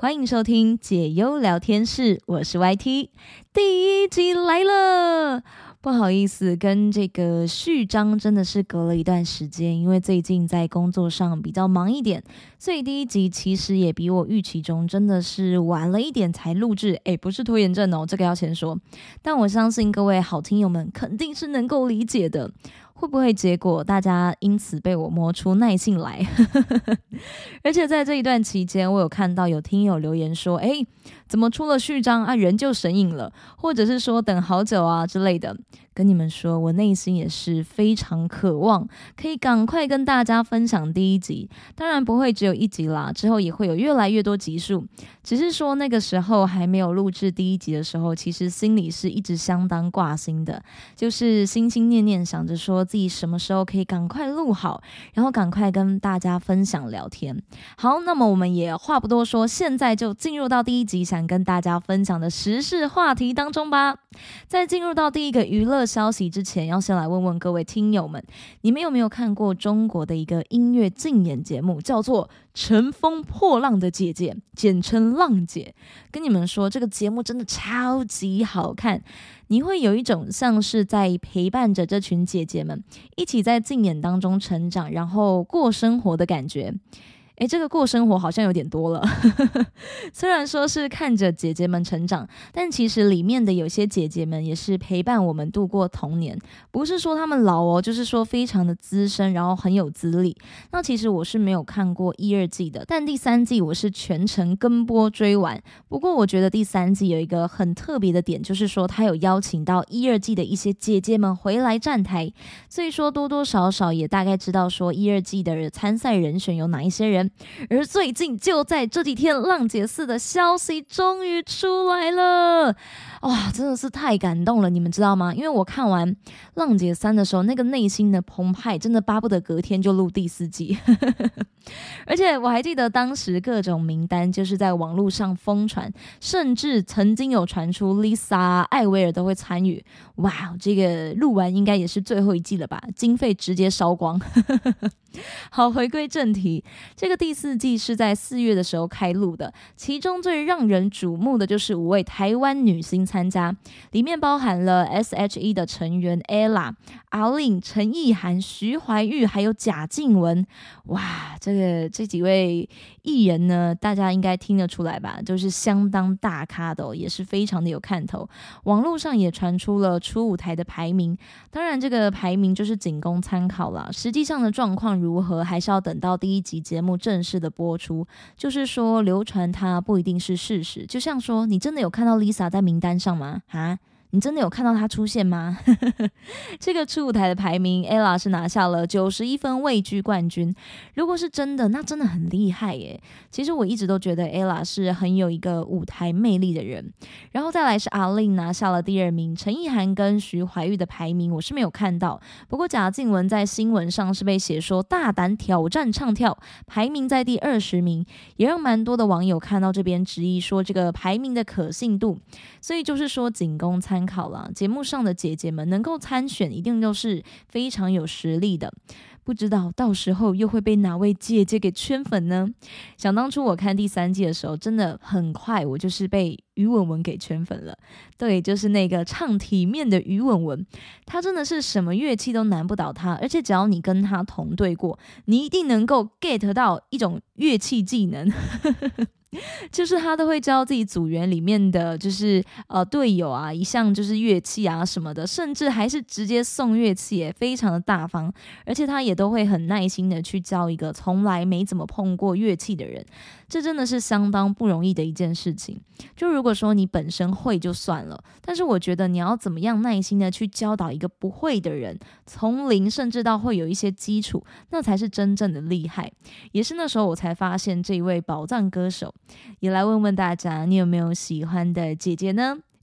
欢迎收听解忧聊天室，我是 YT， 第一集来了。不好意思，跟这个序章真的是隔了一段时间，因为最近在工作上比较忙一点，所以第一集其实也比我预期中真的是晚了一点才录制。不是拖延症哦，这个要先说，但我相信各位好听友们肯定是能够理解的。会不会结果大家因此被我磨出耐性来？而且在这一段期间，我有看到有听友留言说，怎么出了序章啊，人就神隐了，或者是说等好久啊之类的。跟你们说，我内心也是非常渴望可以赶快跟大家分享第一集，当然不会只有一集啦，之后也会有越来越多集数，只是说那个时候还没有录制第一集的时候，其实心里是一直相当挂心的，就是心心念念想着说自己什么时候可以赶快录好，然后赶快跟大家分享聊天。好，那么我们也话不多说，现在就进入到第一集想跟大家分享的时事话题当中吧。在进入到第一个娱乐消息之前，要先来问问各位听友们，你们有没有看过中国的一个音乐竞演节目，叫做《乘风破浪的姐姐》，简称浪姐。跟你们说，这个节目真的超级好看，你会有一种像是在陪伴着这群姐姐们一起在竞演当中成长，然后过生活的感觉。这个过生活好像有点多了虽然说是看着姐姐们成长，但其实里面的有些姐姐们也是陪伴我们度过童年，不是说他们老哦，就是说非常的资深，然后很有资历。那其实我是没有看过1、2季的，但第3季我是全程跟播追完。不过我觉得第3季有一个很特别的点，就是说他有邀请到1、2季的一些姐姐们回来站台，所以说多多少少也大概知道说1、2季的参赛人选有哪一些人。而最近就在这几天，浪姐4的消息终于出来了，哇，真的是太感动了，你们知道吗？因为我看完浪姐3的时候，那个内心的澎湃，真的巴不得隔天就录第4季而且我还记得当时各种名单就是在网络上疯传，甚至曾经有传出 Lisa、艾薇儿都会参与。哇，这个录完应该也是最后一季了吧，经费直接烧光好，回归正题，这个第4季是在4月的时候开录的，其中最让人瞩目的就是5位台湾女星参加，里面包含了 S.H.E 的成员 Ella、阿令、陈意涵、徐怀钰还有贾静雯。哇，这几位艺人呢，大家应该听得出来吧，就是相当大咖的也是非常的有看头。网络上也传出了初舞台的排名，当然这个排名就是仅供参考啦，实际上的状况如何还是要等到第1集节目正式的播出，就是说流传它不一定是事实，就像说你真的有看到 Lisa 在名单上吗？你真的有看到她出现吗？这个初舞台的排名 Ella 是拿下了91分位居冠军，如果是真的那真的很厉害耶。其实我一直都觉得 Ella 是很有一个舞台魅力的人。然后再来是阿令拿下了第2名，陈意涵跟徐怀钰的排名我是没有看到，不过贾静雯在新闻上是被写说大胆挑战唱跳，排名在第20名，也让蛮多的网友看到这边质疑说这个排名的可信度，所以就是说仅供参考啦，节目上的姐姐们能够参选一定都是非常有实力的，不知道到时候又会被哪位姐姐给圈粉呢？想当初我看第3季的时候，真的很快我就是被于文文给圈粉了。对，就是那个唱体面的于文文，她真的是什么乐器都难不倒她，而且只要你跟她同队过，你一定能够 get 到一种乐器技能就是他都会教自己组员里面的就是队友啊一项就是乐器啊什么的，甚至还是直接送乐器耶，非常的大方，而且他也都会很耐心的去教一个从来没怎么碰过乐器的人，这真的是相当不容易的一件事情。就如果说你本身会就算了，但是我觉得你要怎么样耐心的去教导一个不会的人，从零甚至到会有一些基础，那才是真正的厉害。也是那时候我才发现这一位宝藏歌手。也来问问大家，你有没有喜欢的姐姐呢？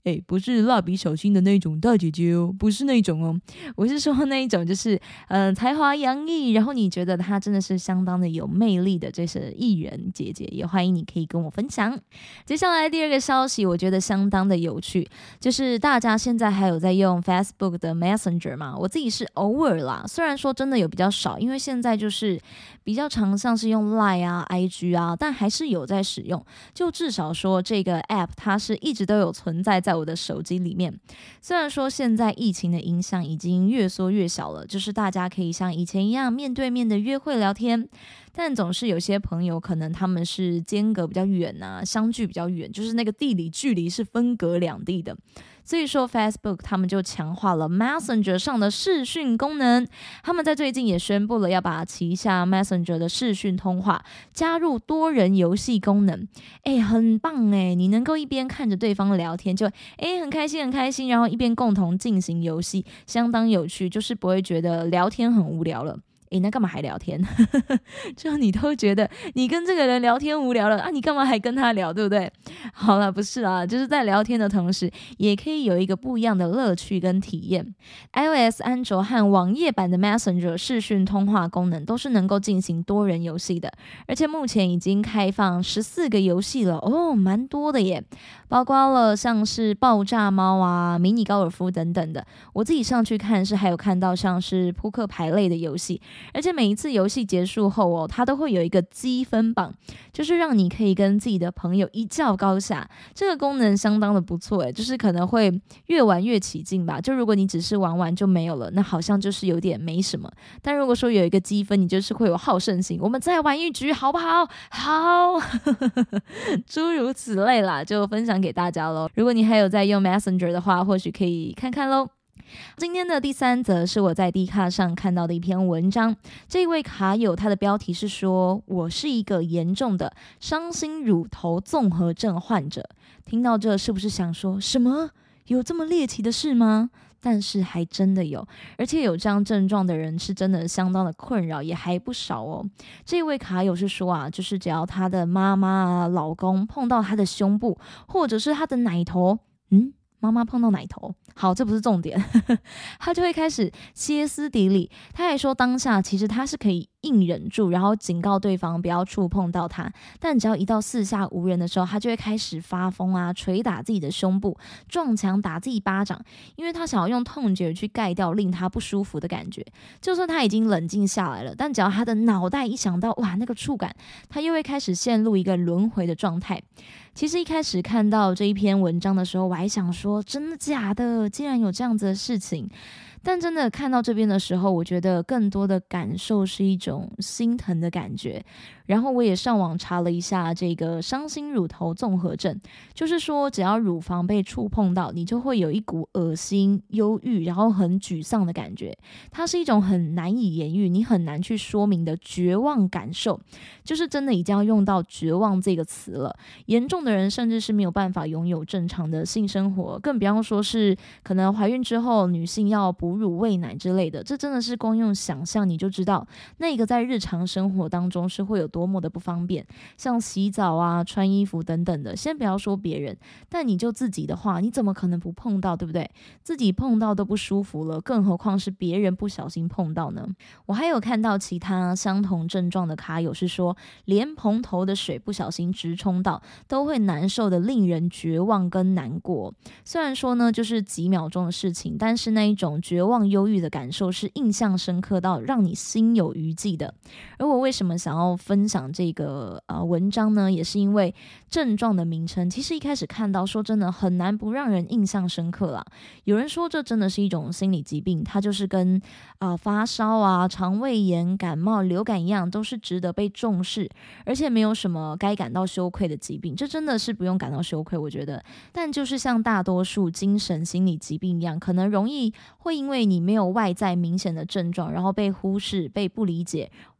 不是蜡笔小新的那种大姐姐哦，不是那种哦，我是说那一种就是才华洋溢，然后你觉得她真的是相当的有魅力的这些艺人姐姐，也欢迎你可以跟我分享。接下来第二个消息我觉得相当的有趣，就是大家现在还有在用 Facebook 的 Messenger 嘛，我自己是偶尔啦，虽然说真的有比较少，因为现在就是比较常像是用 Line 啊 IG 啊，但还是有在使用，就至少说这个 App 它是一直都有存在在我的手机里面。虽然说现在疫情的影响已经越缩越小了，就是大家可以像以前一样面对面的约会聊天，但总是有些朋友可能他们是间隔比较远啊，相距比较远，就是那个地理距离是分隔两地的。所以说 Facebook 他们就强化了 Messenger 上的视讯功能，他们在最近也宣布了要把旗下 Messenger 的视讯通话加入多人游戏功能。很棒你能够一边看着对方聊天就很开心很开心，然后一边共同进行游戏，相当有趣，就是不会觉得聊天很无聊了。那干嘛还聊天？就你都觉得你跟这个人聊天无聊了啊，你干嘛还跟他聊，对不对？好了，不是啊，就是在聊天的同时，也可以有一个不一样的乐趣跟体验。iOS、安卓和网页版的 Messenger 视讯通话功能都是能够进行多人游戏的，而且目前已经开放14个游戏了哦，蛮多的耶，包括了像是爆炸猫啊、迷你高尔夫等等的。我自己上去看是还有看到像是扑克牌类的游戏。而且每一次游戏结束后它都会有一个积分榜，就是让你可以跟自己的朋友一较高下。这个功能相当的不错就是可能会越玩越起劲吧。就如果你只是玩玩就没有了，那好像就是有点没什么。但如果说有一个积分，你就是会有好胜心，我们再玩一局好不好？好，诸如此类啦，就分享给大家咯。如果你还有在用 Messenger 的话，或许可以看看咯。今天的第三则是我在 Dcard 上看到的一篇文章，这位卡友他的标题是说，我是一个严重的伤心乳头综合症患者。听到这是不是想说什么？有这么猎奇的事吗？但是还真的有，而且有这样症状的人是真的相当的困扰，也还不少哦。这位卡友是说啊，就是只要他的妈妈啊、老公碰到他的胸部或者是他的奶头，妈妈碰到奶头，好，这不是重点他就会开始歇斯底里。他还说当下其实他是可以硬忍住，然后警告对方不要触碰到他，但只要一到四下无人的时候，他就会开始发疯啊，捶打自己的胸部，撞墙打自己巴掌，因为他想要用痛觉去盖掉令他不舒服的感觉。就算他已经冷静下来了，但只要他的脑袋一想到哇那个触感，他又会开始陷入一个轮回的状态。其实一开始看到这一篇文章的时候，我还想说真的假的，竟然有这样子的事情。但真的看到这边的时候，我觉得更多的感受是一种心疼的感觉。然后我也上网查了一下这个伤心乳头综合症，就是说只要乳房被触碰到，你就会有一股恶心、忧郁，然后很沮丧的感觉。它是一种很难以言喻，你很难去说明的绝望感受，就是真的已经要用到绝望这个词了。严重的人甚至是没有办法拥有正常的性生活，更不要说是可能怀孕之后女性要哺乳喂奶之类的，这真的是光用想象你就知道那个在日常生活当中是会有多么的不方便，像洗澡啊、穿衣服等等的。先不要说别人，但你就自己的话，你怎么可能不碰到，对不对？自己碰到都不舒服了，更何况是别人不小心碰到呢？我还有看到其他相同症状的卡友是说，连蓬头的水不小心直冲到都会难受的令人绝望跟难过。虽然说呢就是几秒钟的事情，但是那一种绝望忧郁的感受是印象深刻到让你心有余悸的。而我为什么想要分享这个文章呢，也是因为症状的名称其实一开始看到说真的很难不让人印象深刻啦。有人说这真的是一种心理疾病，它就是跟发烧啊、肠胃炎、感冒、流感一样，都是值得被重视，而且没有什么该感到羞愧的疾病，这真的是不用感到羞愧我觉得。但就是像大多数精神心理疾病一样，可能容易会因为你没有外在明显的症状，然后被忽视、被不理解，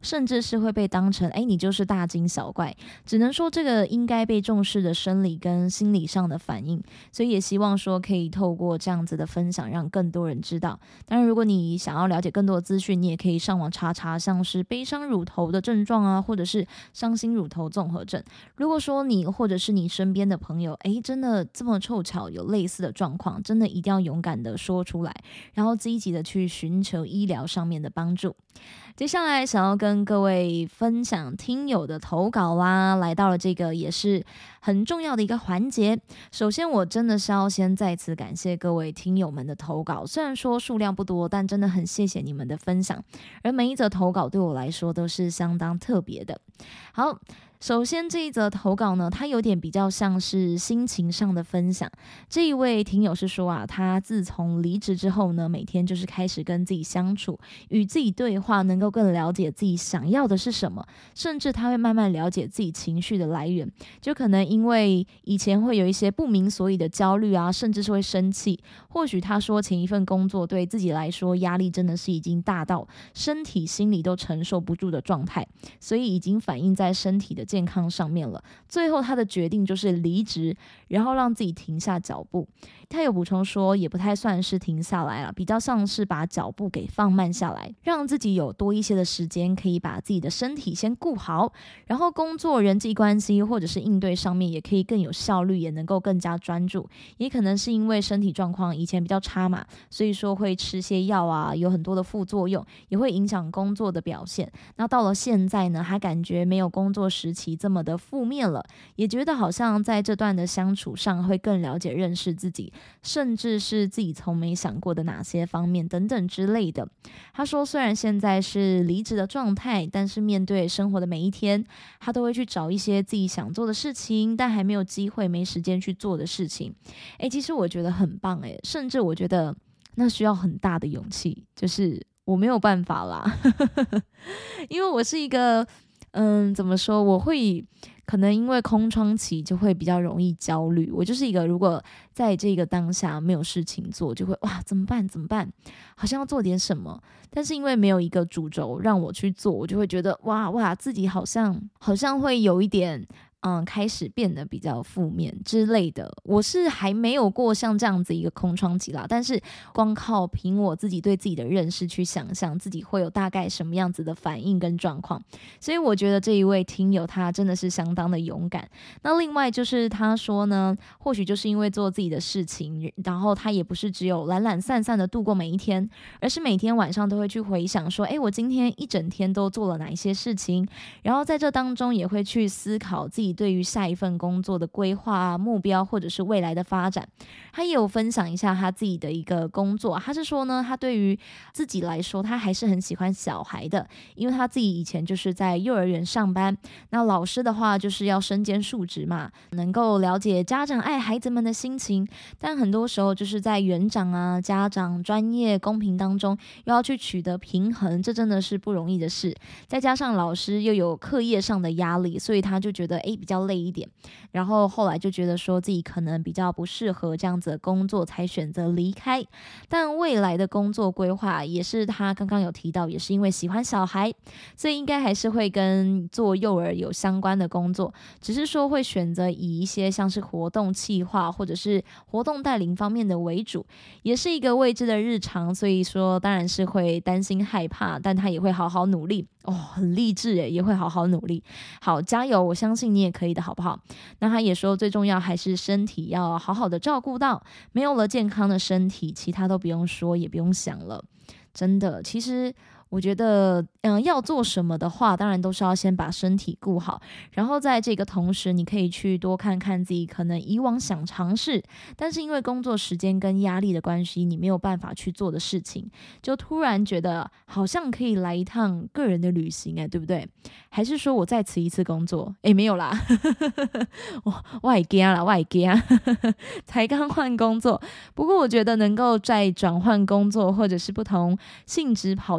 甚至是会被当成你就是大惊小怪，只能说这个应该被重视的生理跟心理上的反应，所以也希望说可以透过这样子的分享让更多人知道。当然如果你想要了解更多的资讯，你也可以上网查查像是悲伤乳头的症状啊，或者是伤心乳头综合症。如果说你或者是你身边的朋友真的这么凑巧有类似的状况，真的一定要勇敢的说出来，然后积极的去寻求医疗上面的帮助。接下来想要跟各位分享听友的投稿啦，来到了这个也是很重要的一个环节。首先我真的是要先再次感谢各位听友们的投稿，虽然说数量不多，但真的很谢谢你们的分享，而每一则投稿对我来说都是相当特别的。好，首先这一则投稿呢，它有点比较像是心情上的分享。这一位听友是说啊，他自从离职之后呢，每天就是开始跟自己相处，与自己对话，能够更了解自己想要的是什么，甚至他会慢慢了解自己情绪的来源。就可能因为以前会有一些不明所以的焦虑啊，甚至是会生气，或许他说前一份工作对自己来说压力真的是已经大到身体心理都承受不住的状态，所以已经反映在身体的健康上面了。最后他的决定就是离职，然后让自己停下脚步。他有补充说，也不太算是停下来了，比较像是把脚步给放慢下来，让自己有多一些的时间可以把自己的身体先顾好，然后工作人际关系或者是应对上面也可以更有效率，也能够更加专注。也可能是因为身体状况以前比较差嘛，所以说会吃些药啊，有很多的副作用，也会影响工作的表现。那到了现在呢，他感觉没有工作时期这么的负面了，也觉得好像在这段的相处上会更了解认识自己，甚至是自己从没想过的哪些方面等等之类的。他说虽然现在是离职的状态，但是面对生活的每一天，他都会去找一些自己想做的事情，但还没有机会没时间去做的事情。其实我觉得很棒甚至我觉得那需要很大的勇气，就是我没有办法啦因为我是一个怎么说，我会可能因为空窗期就会比较容易焦虑。我就是一个如果在这个当下没有事情做，就会哇怎么办怎么办，好像要做点什么，但是因为没有一个主轴让我去做，我就会觉得哇自己好像会有一点开始变得比较负面之类的。我是还没有过像这样子一个空窗期啦，但是光靠凭我自己对自己的认识去想象自己会有大概什么样子的反应跟状况，所以我觉得这一位听友他真的是相当的勇敢。那另外就是他说呢，或许就是因为做自己的事情，然后他也不是只有懒懒散散的度过每一天，而是每天晚上都会去回想说我今天一整天都做了哪一些事情，然后在这当中也会去思考自己对于下一份工作的规划目标或者是未来的发展。他也有分享一下他自己的一个工作，他是说呢，他对于自己来说他还是很喜欢小孩的，因为他自己以前就是在幼儿园上班，那老师的话就是要身兼数职嘛，能够了解家长爱孩子们的心情，但很多时候就是在园长啊、家长、专业、公平当中又要去取得平衡，这真的是不容易的事。再加上老师又有课业上的压力，所以他就觉得比较累一点，然后后来就觉得说自己可能比较不适合这样子的工作，才选择离开。但未来的工作规划也是他刚刚有提到，也是因为喜欢小孩，所以应该还是会跟做幼儿有相关的工作，只是说会选择以一些像是活动企划或者是活动带领方面的为主，也是一个未知的日常，所以说当然是会担心害怕，但他也会好好努力。很励志也会好好努力。好，加油，我相信你也可以的，好不好？那他也说最重要还是身体要好好的照顾到，没有了健康的身体，其他都不用说也不用想了。真的，其实我觉得要做什么的话，当然都是要先把身体顾好，然后在这个同时你可以去多看看自己可能以往想尝试，但是因为工作时间跟压力的关系你没有办法去做的事情，就突然觉得好像可以来一趟个人的旅行对不对？还是说我再辞一次工作？没有啦我也怕啦，我也怕才刚换工作。不过我觉得能够在转换工作或者是不同性质跑道的时候，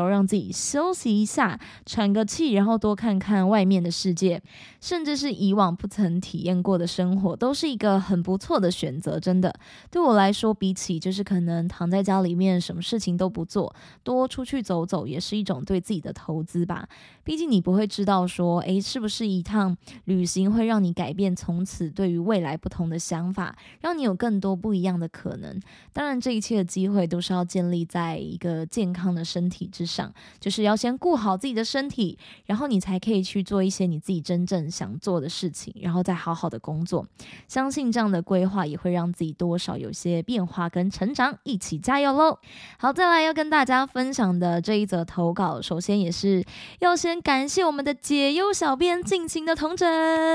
候让自己休息一下，喘个气，然后多看看外面的世界，甚至是以往不曾体验过的生活，都是一个很不错的选择。真的，对我来说，比起就是可能躺在家里面什么事情都不做，多出去走走也是一种对自己的投资吧。毕竟你不会知道说，是不是一趟旅行会让你改变从此对于未来不同的想法，让你有更多不一样的可能。当然，这一切的机会都是要建立在一个健康的身体之上，就是要先顾好自己的身体，然后你才可以去做一些你自己真正想做的事情，然后再好好的工作。相信这样的规划也会让自己多少有些变化跟成长，一起加油咯。好，再来要跟大家分享的这一则投稿，首先也是要先感谢我们的解忧小编尽情的统整，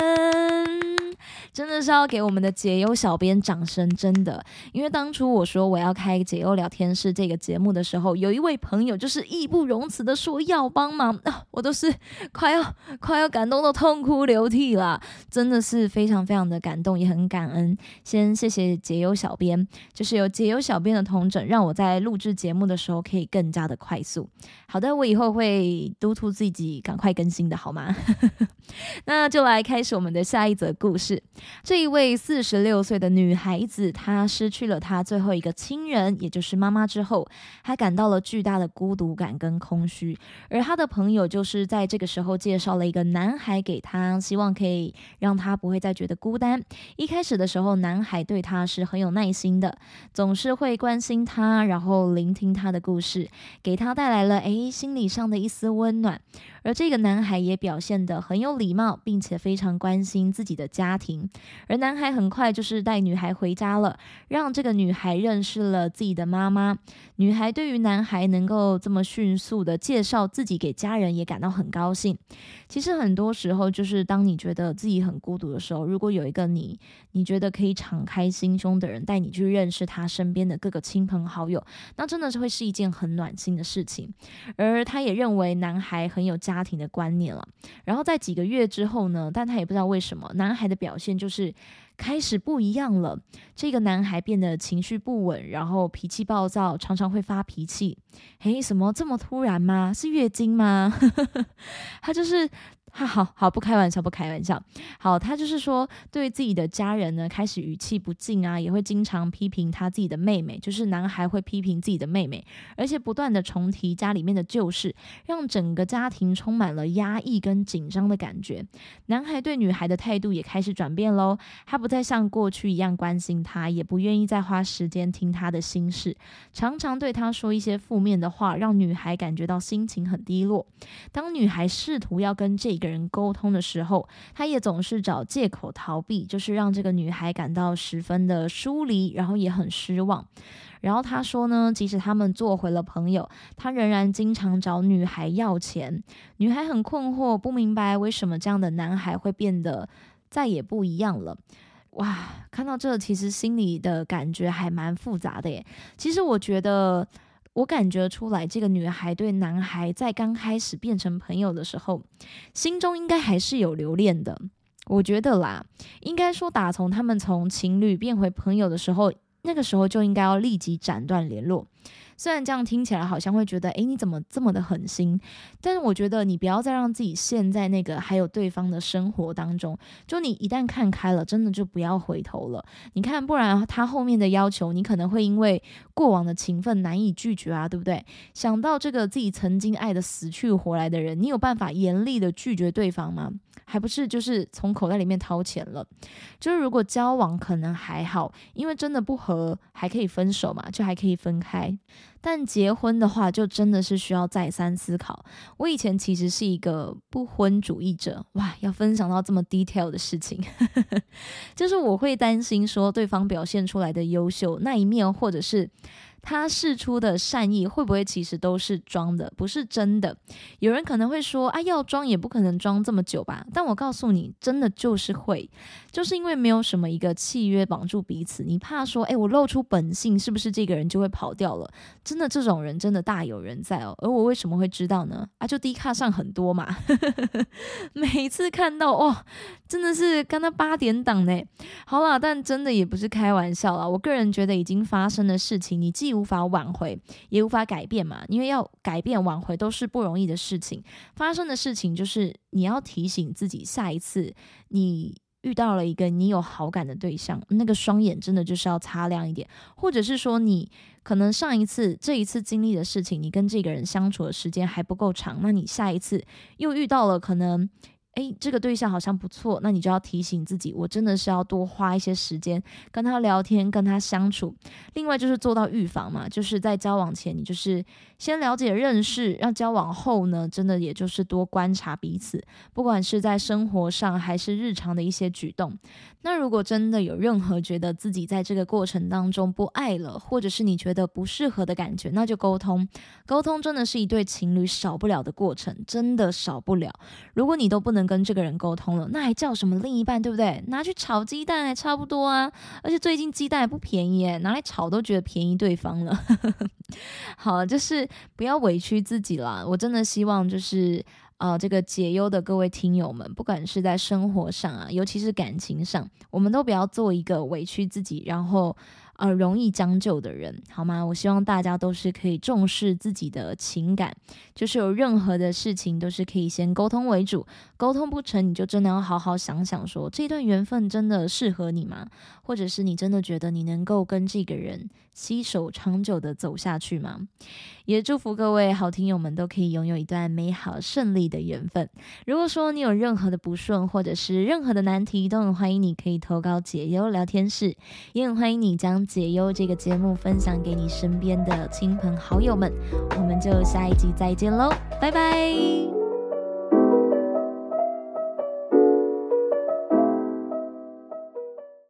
真的是要给我们的解忧小编掌声，真的。因为当初我说我要开解忧聊天室这个节目的时候，有一位朋友就是义不容辞的说要帮忙，我都是快要感动到痛哭流涕了，真的是非常非常的感动，也很感恩。先谢谢解忧小编，就是有解忧小编的统整，让我在录制节目的时候可以更加的快速。好的，我以后会督促自己赶快更新的好吗？那就来开始我们的下一则故事。这一位46岁的女孩子，她失去了她最后一个亲人，也就是妈妈之后，她感到了巨大的孤独感跟空虚。而她的朋友就是在这个时候介绍了一个男孩给她，希望可以让她不会再觉得孤单。一开始的时候，男孩对她是很有耐心的，总是会关心她，然后聆听她的故事，给她带来了心理上的一丝温暖。而这个男孩也表现得很有礼貌，并且非常关心自己的家庭。而男孩很快就是带女孩回家了，让这个女孩认识了自己的妈妈。女孩对于男孩能够这么迅速的介绍自己给家人也感到很高兴。其实很多时候就是当你觉得自己很孤独的时候，如果有一个你觉得可以敞开心胸的人带你去认识他身边的各个亲朋好友，那真的是会是一件很暖心的事情。而他也认为男孩很有家庭的观念了。然后在几个月之后呢，但他也不知道为什么男孩的表现就是开始不一样了。这个男孩变得情绪不稳，然后脾气暴躁，常常会发脾气。什么这么突然吗？是月经吗？他就是好，不开玩笑。好，他就是说对自己的家人呢开始语气不敬啊，也会经常批评他自己的妹妹，就是男孩会批评自己的妹妹，而且不断的重提家里面的旧事，让整个家庭充满了压抑跟紧张的感觉。男孩对女孩的态度也开始转变咯，他不再像过去一样关心她，也不愿意再花时间听她的心事，常常对她说一些负面的话，让女孩感觉到心情很低落。当女孩试图要跟这个人沟通的时候，他也总是找借口逃避，就是让这个女孩感到十分的疏离，然后也很失望。然后他说呢，即使他们做回了朋友，他仍然经常找女孩要钱。女孩很困惑，不明白为什么这样的男孩会变得再也不一样了。哇，看到这其实心里的感觉还蛮复杂的耶。其实我感觉出来，这个女孩对男孩在刚开始变成朋友的时候，心中应该还是有留恋的。我觉得啦，应该说打从他们从情侣变回朋友的时候，那个时候就应该要立即斩断联络。虽然这样听起来好像会觉得你怎么这么的狠心，但是我觉得你不要再让自己陷在那个还有对方的生活当中，就你一旦看开了，真的就不要回头了。你看，不然他后面的要求你可能会因为过往的情分难以拒绝啊，对不对？想到这个自己曾经爱的死去活来的人，你有办法严厉的拒绝对方吗？还不是就是从口袋里面掏钱了。就是如果交往可能还好，因为真的不合还可以分手嘛，就还可以分开。但结婚的话就真的是需要再三思考。我以前其实是一个不婚主义者，哇，要分享到这么 detail 的事情就是我会担心说对方表现出来的优秀那一面，或者是他释出的善意会不会其实都是装的，不是真的。有人可能会说要装也不可能装这么久吧，但我告诉你真的就是会，就是因为没有什么一个契约绑住彼此，你怕说我露出本性是不是这个人就会跑掉了，真的这种人真的大有人在哦。而我为什么会知道呢？就 D 卡上很多嘛每次看到真的是跟他8点档呢。好啦，但真的也不是开玩笑啦，我个人觉得已经发生的事情，你既既无法挽回，也无法改变嘛，因为要改变挽回都是不容易的事情。发生的事情就是你要提醒自己，下一次你遇到了一个你有好感的对象，那个双眼真的就是要擦亮一点，或者是说你可能这一次经历的事情，你跟这个人相处的时间还不够长，那你下一次又遇到了可能这个对象好像不错，那你就要提醒自己，我真的是要多花一些时间跟他聊天，跟他相处。另外就是做到预防嘛，就是在交往前你就是先了解认识，让交往后呢，真的也就是多观察彼此，不管是在生活上还是日常的一些举动。那如果真的有任何觉得自己在这个过程当中不爱了，或者是你觉得不适合的感觉，那就沟通。沟通真的是一对情侣少不了的过程，真的少不了。如果你都不能跟这个人沟通了，那还叫什么另一半，对不对？拿去炒鸡蛋还差不多啊，而且最近鸡蛋也不便宜耶，拿来炒都觉得便宜对方了。好，就是不要委屈自己啦。我真的希望就是这个解忧的各位听友们，不管是在生活上啊，尤其是感情上，我们都不要做一个委屈自己，然后容易将就的人，好吗？我希望大家都是可以重视自己的情感，就是有任何的事情都是可以先沟通为主，沟通不成，你就真的要好好想想说，这段缘分真的适合你吗？或者是你真的觉得你能够跟这个人携手长久的走下去吗？也祝福各位好听友们都可以拥有一段美好顺利的缘分。如果说你有任何的不顺或者是任何的难题，都很欢迎你可以投稿解忧聊天室，也很欢迎你将解忧这个节目分享给你身边的亲朋好友们。我们就下一集再见喽，拜拜。